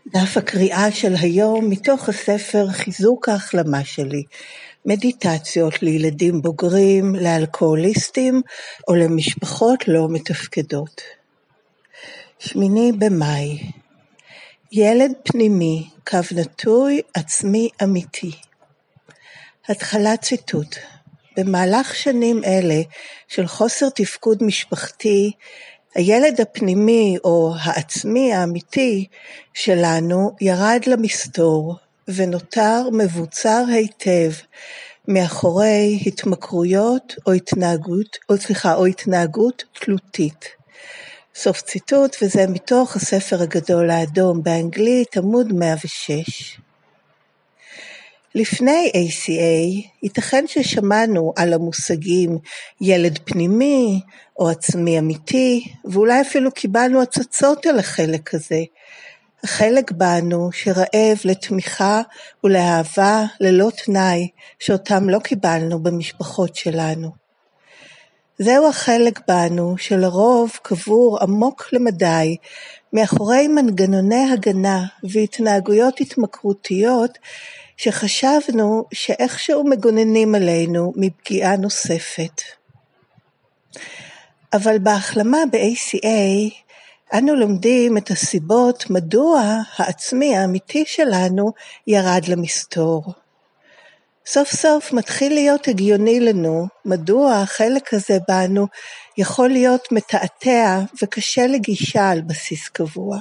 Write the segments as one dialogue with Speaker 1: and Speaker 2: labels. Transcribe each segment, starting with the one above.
Speaker 1: דף הקריאה של היום מתוך הספר חיזוק ההחלמה שלי, מדיטציות לילדים בוגרים, לאלכוהוליסטים או למשפחות לא מתפקדות. 8 במאי, ילד פנימי, עצמי אמיתי. התחלת ציטוט. במהלך שנים אלה של חוסר תפקוד משפחתי, הילד הפנימי או העצמי האמיתי שלנו ירד למסתור ונותר מבוצר היטב מאחורי התמכרויות או התנהגות תלותית. סוף ציטוט, וזה מתוך הספר הגדול האדום באנגלית, עמוד 106. לפני ACA, ייתכן ששמענו על המושגים ילד פנימי או עצמי אמיתי, ואולי אפילו קיבלנו הצצות על החלק הזה. החלק בנו שרעב לתמיכה ולאהבה ללא תנאי, שאותם לא קיבלנו במשפחות שלנו. זהו החלק בנו שלרוב קבור עמוק למדי, מאחורי מנגנוני הגנה והתנהגויות התמכרותיות, שחשבנו שאיכשהו מגוננים עלינו מפגיעה נוספת. אבל בהחלמה ב-ACA אנו לומדים את הסיבות מדוע העצמי האמיתי שלנו ירד למסתור. סוף סוף מתחיל להיות הגיוני לנו מדוע החלק הזה בנו יכול להיות מתעתע וקשה לגישה על בסיס קבוע.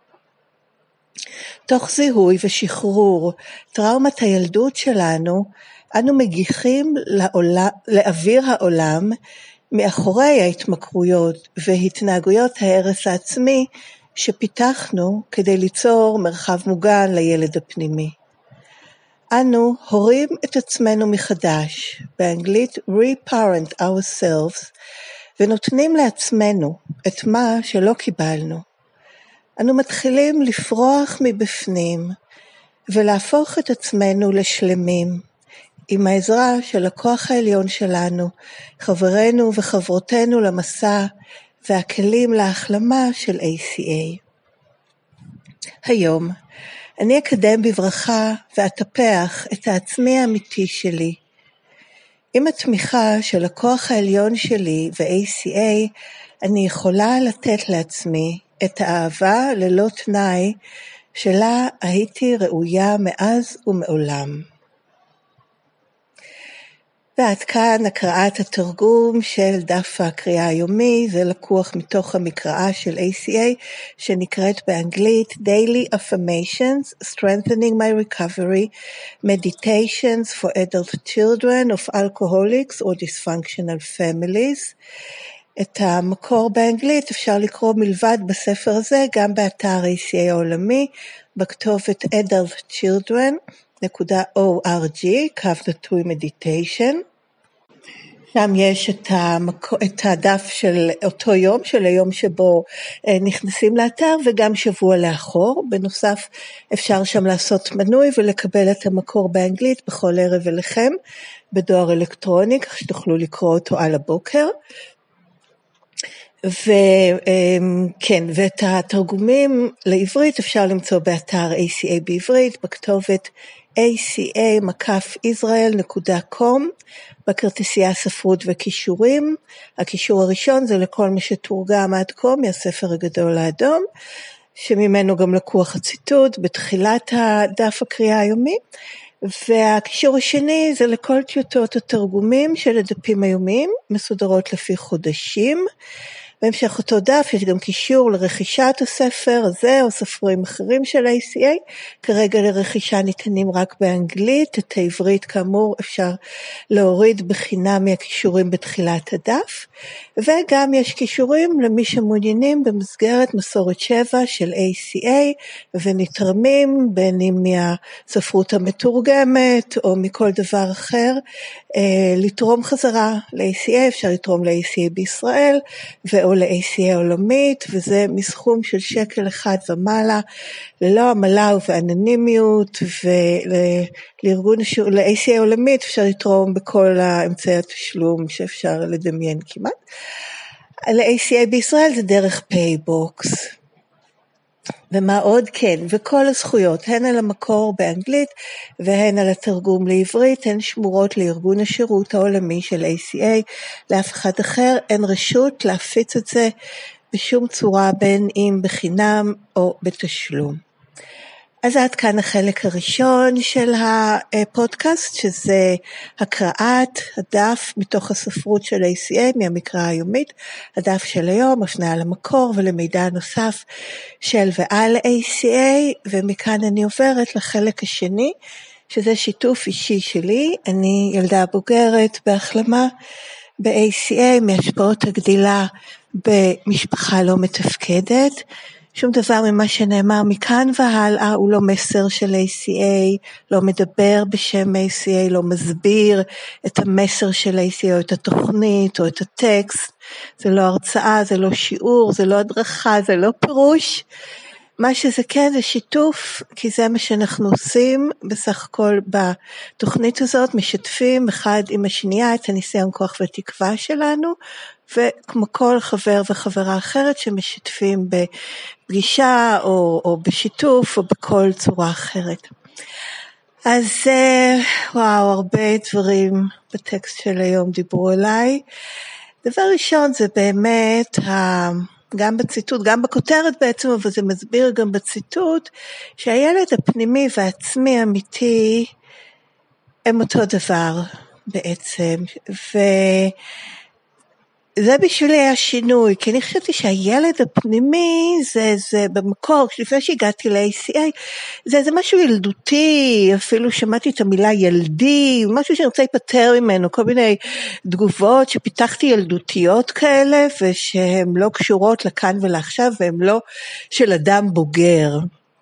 Speaker 1: תוך זיהוי ושחרור טראומת הילדות שלנו, אנו מגיחים לאוויר העולם מאחורי ההתמכרויות והתנהגויות ההרס העצמי שפיתחנו כדי ליצור מרחב מוגן לילד הפנימי. אנו הורים את עצמנו מחדש, באנגלית reparent ourselves, ונותנים לעצמנו את מה שלא קיבלנו. אנו מתחילים לפרוח מבפנים ולהפוך את עצמנו לשלמים, עם העזרה של הכוח העליון שלנו, חברינו וחברותינו למסע והכלים להחלמה של ACA. היום אני אקדם בברכה ואטפח את העצמי האמיתי שלי. עם התמיכה של הכוח העליון שלי ו-ACA, אני יכולה לתת לעצמי את האהבה ללא תנאי שלה הייתי ראויה מאז ומעולם. ועד כאן הקראת התרגום של דף הקריאה היומי, זה לקוח מתוך המקראה של ACA שנקראת באנגלית Daily Affirmations, Strengthening My Recovery, Meditations for Adult Children of Alcoholics or Dysfunctional Families. את המקור באנגלית אפשר לקרוא מלבד בספר הזה גם באתר ACA העולמי, בכתובת adultchildren.org/meditation. שם יש את הדף של אותו יום, של היום שבו נכנסים לאתר, וגם שבוע לאחור. בנוסף אפשר שם לעשות מנוי ולקבל את המקור באנגלית בכל ערב אליכם בדואר אלקטרוני, כך שתוכלו לקרוא אותו על הבוקר. וכן, ואת התרגומים לעברית אפשר למצוא באתר ACA בעברית, בכתובת aca-israel.com, בכרטיסייה ספרות וקישורים. הקישור הראשון זה לכל מי שתורגם עד כה מהספר הגדול האדום, שממנו גם לקוח הציטוט בתחילת הדף הקריאה היומי, והקישור השני זה לכל טיוטות התרגומים של הדפים היומיים, מסודרות לפי חודשים. בהמשך אותו דף יש גם קישור לרכישת הספר הזה או ספרים אחרים של ACA, כרגע לרכישה ניתנים רק באנגלית, את העברית כאמור אפשר להוריד בחינם מהקישורים בתחילת הדף, וגם יש קישורים למי שמעוניינים במסגרת מסורת 7 של ACA, ונתרמים בין אם מהספרות המתורגמת או מכל דבר אחר, לתרום חזרה ל-ACA, אפשר לתרום ל-ACA בישראל, או ל-ACA עולמית, וזה מסכום של $1 ומעלה, ללא עמלה ובאנונימיות, ול-ACA עולמית אפשר לתרום בכל האמצעי התשלום שאפשר לדמיין כמעט. ל-ACA בישראל זה דרך פייבוקס. ומה עוד? כן, וכל הזכויות, הן על המקור באנגלית והן על התרגום לעברית, הן שמורות לארגון השירות העולמי של ACA, לאף אחד אחר אין רשות להפיץ את זה בשום צורה, בין אם בחינם או בתשלום. אז עד כאן החלק הראשון של הפודקאסט, שזה הקראת הדף מתוך הספרות של ACA מהמקרא היומית, הדף של היום, הפניה למקור ולמידע נוסף של ועל ACA, ומכאן אני עוברת לחלק השני, שזה שיתוף אישי שלי. אני ילדה בוגרת בהחלמה ב-ACA מהשפעות הגדילה במשפחה לא מתפקדת. שום דבר ממה שנאמר מכאן והלאה הוא לא מסר של ACA, לא מדבר בשם ACA, לא מסביר את המסר של ACA או את התוכנית או את הטקסט. זה לא הרצאה, זה לא שיעור, זה לא הדרכה, זה לא פירוש. מה שזה כן זה שיתוף, כי זה מה שאנחנו עושים בסך הכל בתוכנית הזאת, משתפים אחד עם השנייה את הניסיון, כוח ותקווה שלנו, וכמו כל חבר וחברה אחרת שמשתפים בפגישה או בשיתוף או בכל צורה אחרת. אז וואו, הרבה דברים בטקסט של היום דיברו אליי. דבר ראשון זה באמת גם בציטוט, גם בכותרת בעצם, אבל זה מסביר גם בציטוט, שהילד הפנימי והעצמי האמיתי הם אותו דבר בעצם, וזה בשבילי היה שינוי, כי אני חשבתי שהילד הפנימי זה במקור, לפני שהגעתי ל-ACA, זה משהו ילדותי, אפילו שמעתי את המילה ילדי, משהו שאני רוצה להיפטר ממנו, כל מיני תגובות שפיתחתי ילדותיות כאלה, ושהן לא קשורות לכאן ולעכשיו, והן לא של אדם בוגר.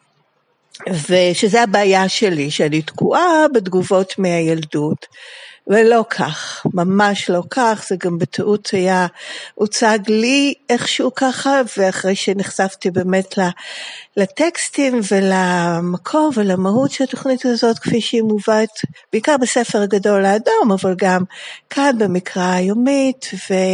Speaker 1: ושזה הבעיה שלי, שאני תקועה בתגובות מהילדות. ולא כך, ממש לא כך, זה גם בטעות היה הוצג לי איכשהו ככה, ואחרי שנחשפתי באמת לטקסטים ולמקור ולמהות של התוכנית הזאת, כפי שהיא מובאת, בעיקר בספר הגדול האדום, אבל גם כאן במקרא היומית,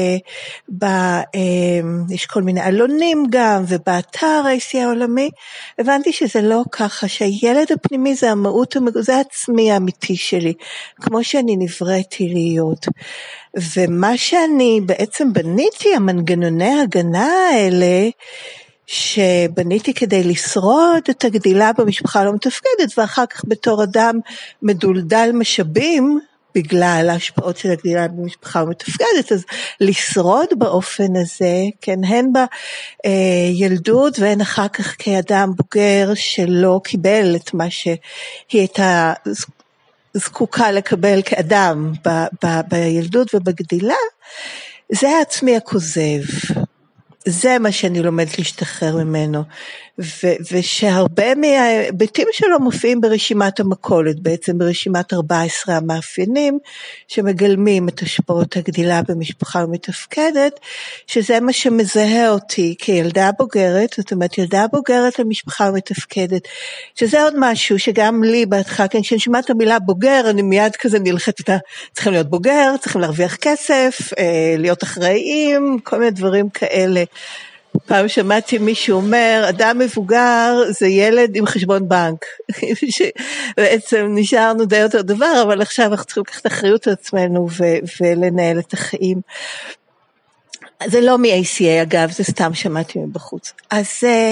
Speaker 1: יש כל מיני אלונים גם, ובאתר ACA העולמי, הבנתי שזה לא ככה, שהילד הפנימי זה המהות, זה העצמי האמיתי שלי, כמו שאני נבראתי להיות. ומה שאני בעצם בניתי, המנגנוני הגנה האלה, שבניתי כדי לשרוד את הגדילה במשפחה לא מתפקדת, ואחר כך בתור אדם מדולדל משאבים, בגלל ההשפעות של הגדילה במשפחה מתפקדת, אז לשרוד באופן הזה, כן, הן בילדות והן אחר כך כאדם בוגר שלא קיבל את מה שהיא הייתה זקוקה לקבל כאדם בילדות ובגדילה, זה העצמי הכוזב. זה מה שאני לומדת להשתחרר ממנו, ושהרבה מהביטים שלו מופיעים ברשימת המקולת, בעצם ברשימת 14 המאפיינים, שמגלמים את השפעות הגדילה במשפחה ומתפקדת, שזה מה שמזהה אותי כילדה בוגרת, זאת אומרת ילדה בוגרת למשפחה ומתפקדת, שזה עוד משהו שגם לי בהתחלה, כשאני שומעת את המילה בוגר, אני מיד כזה נלחצת, צריכים להיות בוגר, צריכים להרוויח כסף, להיות אחראים, כל מיני דברים כאלה. פעם שמעתי מישהו אומר, אדם מבוגר זה ילד עם חשבון בנק, שבעצם נשארנו די אותו דבר, אבל עכשיו אנחנו צריכים לקחת אחריות על עצמנו ולנהל את החיים. זה לא מ-ACA אגב, זה סתם שמעתי מבחוץ. אז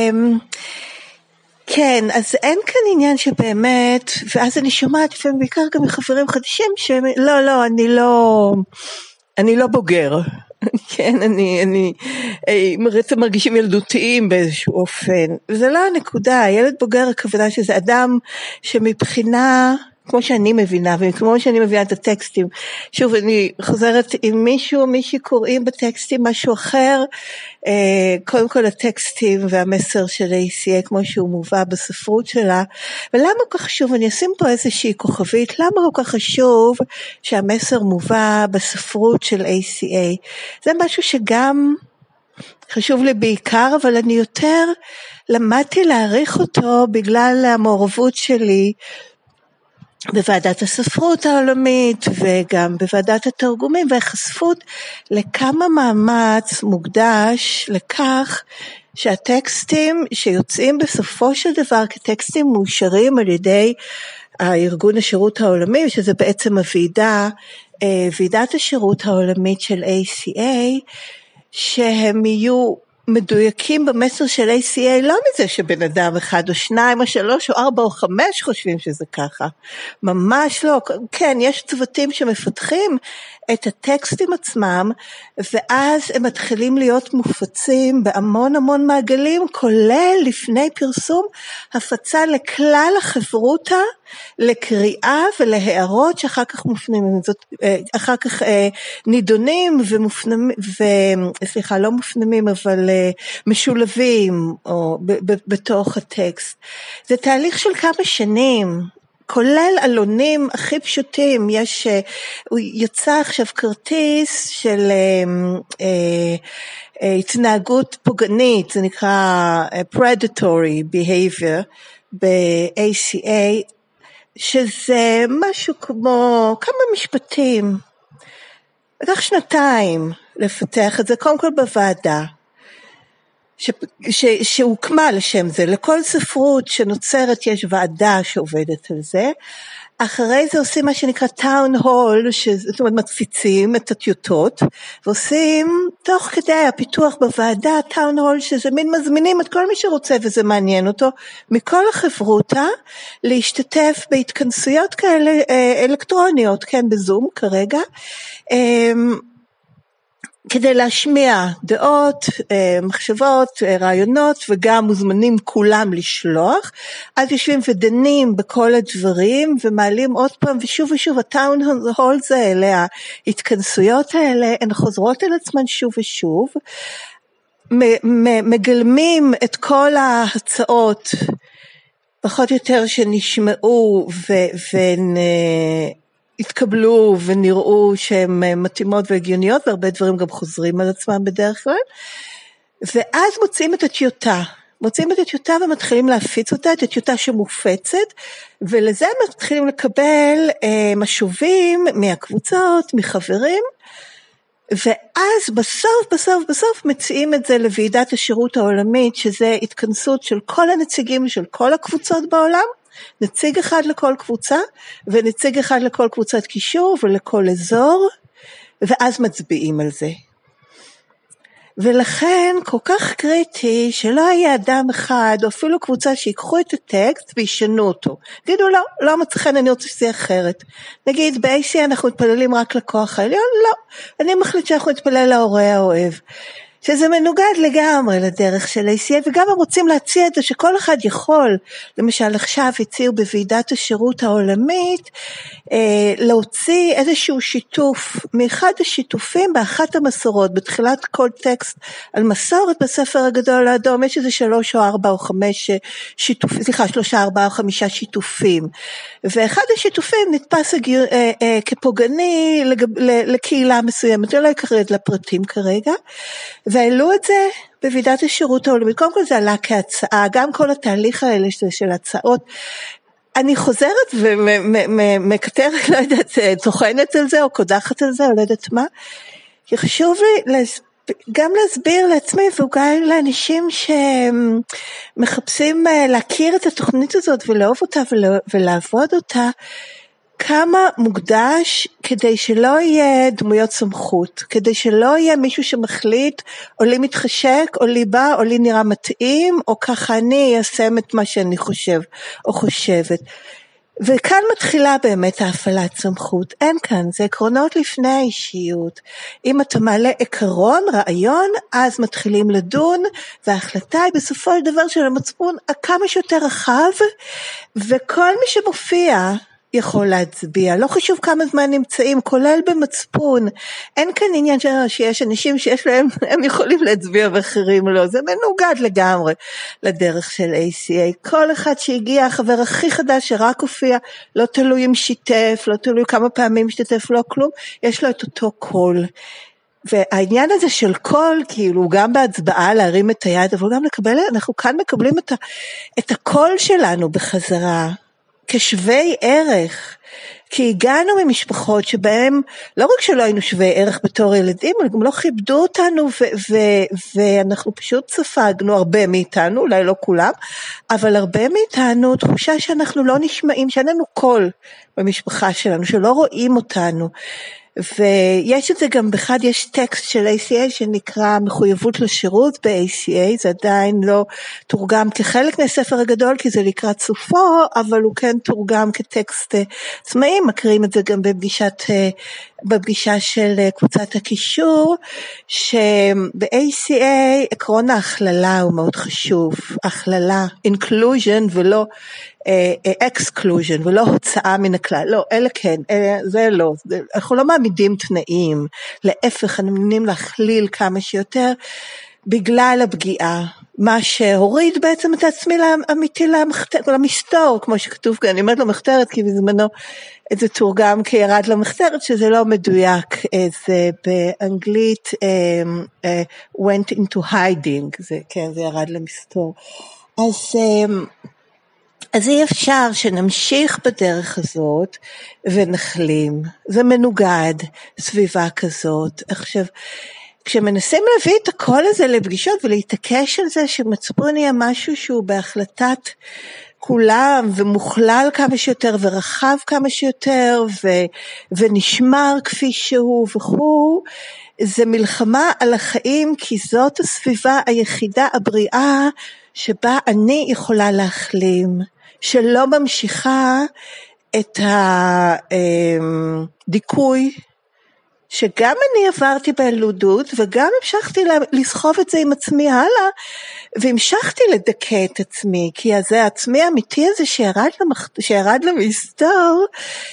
Speaker 1: כן, אז אין כאן עניין שבאמת, ואז אני שומעת לפעמים בעיקר גם מחברים חדשים, לא, אני לא בוגר. כן, אני מרגישים ילדותיים באיזשהו אופן, וזה לא הנקודה, ילד בוגר הכוונה שזה אדם שמבחינה, כמו שאני מבינה, וכמו שאני מבינה את הטקסטים, שוב אני חוזרת עם מישהי קוראים בטקסטים משהו אחר, קודם כל הטקסטים והמסר של ACA כמו שהוא מובא בספרות שלה, ולמה כל כך חשוב, אני אשים פה איזושהי כוכבית, למה כל כך חשוב שהמסר מובא בספרות של ACA, זה משהו שגם חשוב לי בעיקר, אבל אני יותר למדתי להעריך אותו בגלל המעורבות שלי, בוועדת הספרות העולמית וגם בוועדת התרגומים והחשפות לכמה מאמץ מוקדש לכך שהטקסטים שיוצאים בסופו של דבר כטקסטים מאושרים על ידי הארגון השירות העולמי, שזה בעצם ועידת השירות העולמית של ACA, שהם יהיו מדויקים במסר של ACA, לא מזה שבן אדם 1 או 2 או 3 או 4 או 5 חושבים שזה ככה, ממש לא. כן, יש צוותים שמפתחים את הטקסטים עצמם, ואז הם מתחילים להיות מופצים בהמון המון מעגלים, כולל לפני פרסום, הפצה לכלל החברותה, לקריאה ולהערות שאחר כך מופנים, אחר כך נידונים ומופנמים, סליחה, לא מופנמים, אבל משולבים או בתוך הטקסט. זה תהליך של כמה שנים, כולל אלונים הכי פשוטים. הוא יצא עכשיו כרטיס של התנהגות פוגענית, זה נקרא predatory behavior ב-ACA, שזה משהו כמו כמה משפטים, לקח 2 לפתח את זה, קודם כל בוועדה, שהוקמה לשם זה. לכל ספרות שנוצרת יש ועדה שעובדת על זה. אחרי זה עושים מה שנקרא טאון הול, זאת אומרת מפיצים את הטיוטות, ועושים תוך כדי הפיתוח בוועדה טאון הול, שזה מין מזמינים את כל מי שרוצה וזה מעניין אותו, מכל החברותה, להשתתף בהתכנסויות כאלה אלקטרוניות, כן, בזום כרגע, כדי להשמיע דעות, מחשבות, רעיונות, וגם מוזמנים כולם לשלוח. אז יושבים ודנים בכל הדברים, ומעלים עוד פעם, ושוב ושוב, הטאון הולס האלה, ההתכנסויות האלה, הן חוזרות על עצמן שוב ושוב, מגלמים את כל ההצעות, פחות או יותר שנשמעו, התקבלו ונראו שהן מתאימות והגיוניות, והרבה דברים גם חוזרים על עצמם בדרך כלל, ואז מוצאים את הטיוטה, ומתחילים להפיץ אותה, את הטיוטה שמופצת, ולזה מתחילים לקבל משובים מהקבוצות, מחברים, ואז בסוף מציעים את זה לוועידת השירות העולמית, שזה התכנסות של כל הנציגים של כל הקבוצות בעולם, נציג אחד לכל קבוצה, ונציג אחד לכל קבוצת קישור, ולכל אזור, ואז מצביעים על זה. ולכן כל כך קריטי, שלא יהיה אדם אחד, או אפילו קבוצה שיקחו את הטקסט, וישנו אותו. תגידו, לא מצחן, אני רוצה שזה יהיה אחרת. נגיד, ב-AC אנחנו מתפללים רק לכוח העליון, לא. אני מחליט שאנחנו נתפלל להורה האוהב. שזה מנוגד לגמרי לדרך של ACA, וגם הם רוצים להציע את זה שכל אחד יכול, למשל עכשיו הציעו בוועידת השירות העולמית, להוציא איזשהו שיתוף, מאחד השיתופים באחת המסורות, בתחילת כל טקסט על מסורת בספר הגדול האדום, יש איזה 3 או 4 או 5 שיתופים, 3, 4 או 5 שיתופים, ואחד השיתופים נתפס כפוגעני לקהילה מסוימת, אני לא אקרא לפרטים כרגע, והעלו את זה בוועידת השירות העולמית. קודם כל זה עלה כהצעה, גם כל התהליך האלה של הצעות, אני חוזרת ומקטרת, לא יודעת, תוכנת על זה או קודחת על זה, או לא יודעת מה, כי חשוב לי גם להסביר לעצמי, וגם לאנשים שמחפשים להכיר את התוכנית הזאת ולאהוב אותה ולעבוד אותה, כמה מוקדש כדי שלא יהיה דמויות סמכות, כדי שלא יהיה מישהו שמחליט, או לי מתחשק, או לי בא, או לי נראה מתאים, או ככה אני אעשם את מה שאני חושב או חושבת. וכאן מתחילה באמת ההפעלת סמכות, אין כאן, זה עקרונות לפני האישיות. אם אתה מעלה עקרון, רעיון, אז מתחילים לדון, וההחלטה היא בסופו של דבר של המצפון, כמה שיותר רחב, וכל מי שמופיע, יכול להצביע, לא חשוב כמה זמן נמצאים, כולל במצפון, אין כאן עניין שיש אנשים שיש להם, הם יכולים להצביע ואחרים לא, זה מנוגד לגמרי לדרך של ACA, כל אחד שהגיע, החבר הכי חדש שרק הופיע, לא תלוי אם שיתף, לא תלוי כמה פעמים שיתף, לא כלום, יש לו את אותו קול, והעניין הזה של קול, כאילו גם בהצבעה להרים את היד, אבל גם לקבל, אנחנו כאן מקבלים את הקול שלנו בחזרה, כשווי ערך, כי הגענו ממשפחות שבהם לא רק שלא היינו שווי ערך בתור ילדים, אבל גם לא כיבדו אותנו, ואנחנו פשוט ספגנו, הרבה מאיתנו, אולי לא כולם, אבל הרבה מאיתנו תחושה שאנחנו לא נשמעים, שאין לנו קול במשפחה שלנו, שלא רואים אותנו. ויש את זה גם בחד, יש טקסט של ACA שנקרא מחויבות לשירות ב-ACA, זה עדיין לא תורגם כחלק מהספר הגדול, כי זה לקראת סופו, אבל הוא כן תורגם כטקסט עצמאי, מקריאים את זה גם בפגישה של קבוצת הקישור, שב-ACA עקרון ההכללה הוא מאוד חשוב, הכללה, inclusion ולא exclusion ולא הוצאה מן הכלל, לא, אלה כן, זה לא, אנחנו לא מעמידים תנאים, להפך, אנחנו מנסים להכליל כמה שיותר, בגלל הפגיעה, מה שהוריד בעצם את עצמי לאמיתי למסתור, כמו שכתוב כאן, אני אומרת לו מחתרת, כי בזמנו זה תורגם כירד למחתרת, שזה לא מדויק, זה באנגלית went into hiding, זה, כן, זה ירד למסתור. אז אי אפשר שנמשיך בדרך הזאת ונחלים, זה מנוגד סביבה כזאת. עכשיו, כשמנסים להביא את הכל הזה לפגישות ולהתעקש על זה שמצפון יהיה משהו שהוא בהחלטת כולם ומוכלל כמה שיותר ורחב כמה שיותר ונשמר כפי שהוא וכו', זה מלחמה על החיים, כי זאת הסביבה היחידה הבריאה שבה אני יכולה להחלים, שלא ממשיכה את הדיכוי שגם אני עברתי בילדות וגם המשכתי לסחוב את זה עם עצמי הלאה, והמשכתי לדכא את עצמי, כי זה העצמי האמיתי הזה שירד למסתור,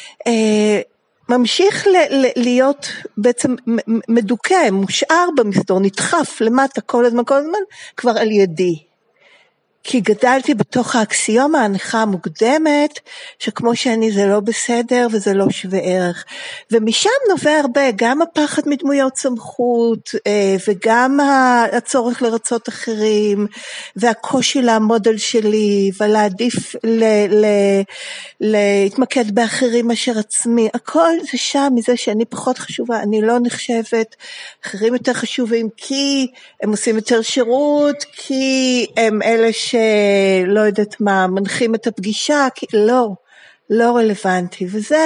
Speaker 1: ממשיך להיות בעצם מדוכא, מושאר במסתור, נדחף למטה כל הזמן, כבר על ידי. כי גדלתי בתוך האקסיומה, ההנחה המוקדמת, שכמו שאני זה לא בסדר וזה לא שווה ערך. ומשם נובע הרבה, גם הפחד מדמויות סמכות, וגם הצורך לרצות אחרים, והקושי לעמוד על שלי, ולהעדיף להתמקד באחרים אשר עצמי. הכל זה שם, מזה שאני פחות חשובה, אני לא נחשבת, אחרים יותר חשובים, כי הם עושים יותר שירות, כי הם אלה שלא יודעת מה, מנחים את הפגישה, כי לא רלוונטי,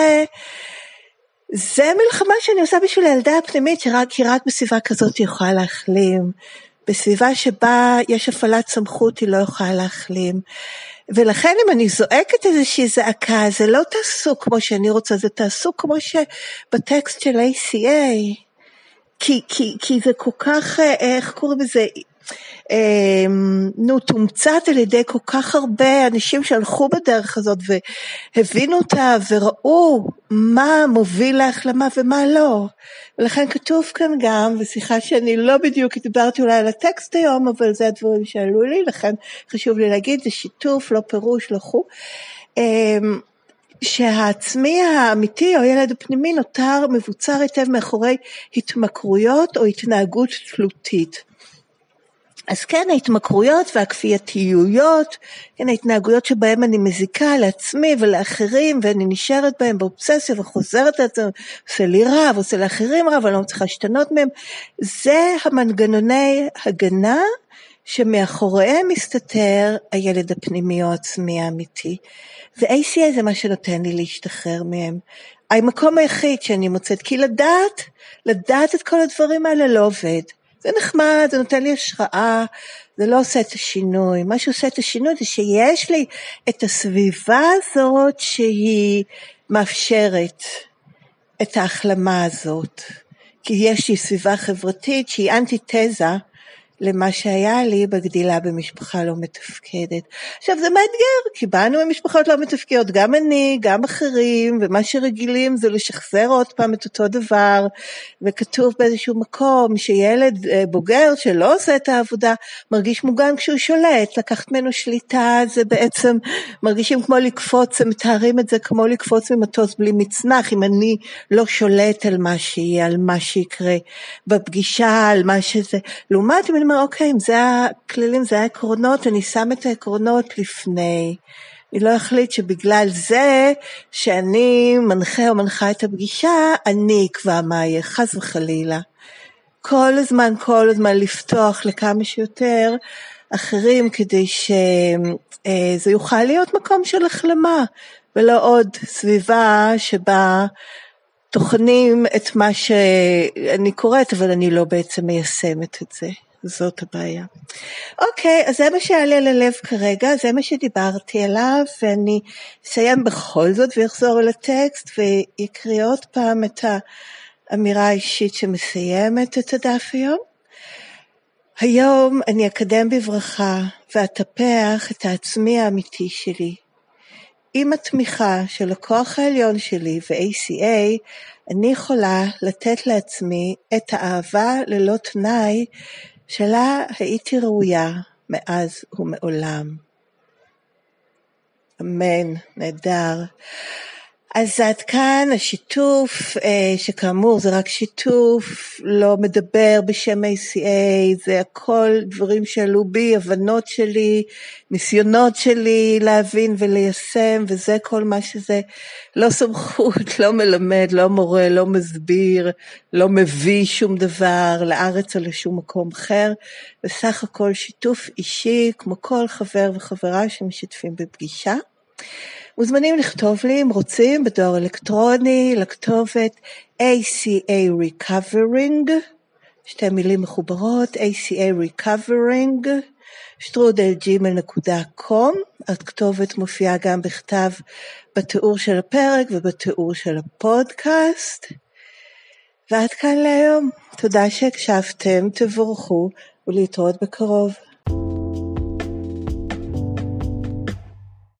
Speaker 1: זה מלחמה שאני עושה בשביל הילדה הפנימית, כי רק בסביבה כזאת היא יכולה להחלים, בסביבה שבה יש הפעלת סמכות היא לא יכולה להחלים, ולכן אם אני זועקת איזושהי זעקה, זה לא תעשו כמו שאני רוצה, זה תעשו כמו שבטקסט של ACA, כי זה כל כך, איך קוראים לזה, תומצת על ידי כל כך הרבה אנשים שהלכו בדרך הזאת והבינו אותה וראו מה מוביל להחלמה ומה לא. ולכן כתוב כאן גם, ושיחה שאני לא בדיוק דיברתי אולי על הטקסט היום, אבל זה הדברים שעלו לי, לכן חשוב לי להגיד, זה שיתוף, לא פירוש, לא חו. שהעצמי האמיתי או ילד הפנימי נותר מבוצר היטב מאחורי התמכרויות או התנהגות תלותית. אז כן, ההתמכרויות והכפייתיות, כן, ההתנהגויות שבהן אני מזיקה לעצמי ולאחרים, ואני נשארת בהן באובססיה וחוזרת לעצמי, עושה לי רע, ועושה לאחרים רע, ואני לא מצליחה להשתנות מהם. זה המנגנוני הגנה שמאחוריהם מסתתר הילד הפנימי או העצמי האמיתי. ו-ACA זה מה שנותן לי להשתחרר מהם. המקום היחיד שאני מוצאת, כי לדעת את כל הדברים האלה לא עובד. זה נחמד, זה נותן לי השראה, זה לא עושה את השינוי. מה שעושה את השינוי זה שיש לי את הסביבה הזאת שהיא מאפשרת את ההחלמה הזאת. כי יש לי סביבה חברתית שהיא אנטיתזה למה שהיה לי בגדילה במשפחה לא מתפקדת. עכשיו זה מאתגר, כי באנו ממשפחות לא מתפקדות, גם אני, גם אחרים, ומה שרגילים זה לשחזר עוד פעם את אותו דבר, וכתוב באיזשהו מקום שילד בוגר שלא עושה את העבודה, מרגיש מוגן כשהוא שולט, לקחת ממנו שליטה, זה בעצם מרגישים כמו לקפוץ, הם מתארים את זה כמו לקפוץ ממטוס בלי מצנח, אם אני לא שולט על מה שיהיה, על מה שיקרה בפגישה, על מה שזה, לעומת אם אני אומר, אוקיי, אם זה הכללים, זה העקרונות, אני שם את העקרונות לפני, אני לא אחליט שבגלל זה שאני מנחה או מנחה את הפגישה, אני אקבע מה יהיה, חס וחלילה. כל הזמן לפתוח לכמה שיותר אחרים, כדי שזה יוכל להיות מקום של החלמה, ולא עוד סביבה שבה תוכנים את מה שאני קוראת, אבל אני לא בעצם מיישמת את זה. זאת הבעיה. אוקיי, אז זה מה שהיה לי על הלב כרגע, זה מה שדיברתי עליו, ואני אסיים בכל זאת ויחזור אל הטקסט, ויקריא עוד פעם את האמירה האישית שמסיימת את הדף היום. היום אני אקדם בברכה ואטפח את העצמי האמיתי שלי. עם התמיכה של הכוח העליון שלי ו-ACA, אני יכולה לתת לעצמי את האהבה ללא תנאי שלה הייתי ראויה מאז ומעולם. אמן, נהדר. אז עד כאן השיתוף, שכאמור זה רק שיתוף, לא מדבר בשם ACA, זה הכל דברים שעלו בי, הבנות שלי, ניסיונות שלי להבין וליישם, וזה כל מה שזה, לא סמכות, לא מלמד, לא מורה, לא מסביר, לא מביא שום דבר לארץ או לשום מקום אחר, בסך הכל שיתוף אישי, כמו כל חבר וחברה שמשתפים בפגישה. מוזמנים לכתוב לי אם רוצים בדואר אלקטרוני לכתובת ACA Recovering, שתי מילים מחוברות, ACA Recovering, @gmail.com. הכתובת מופיעה גם בכתב בתיאור של הפרק ובתיאור של הפודקאסט. ועד כאן להיום. תודה שהקשבתם, תבורכו ולהתראות בקרוב.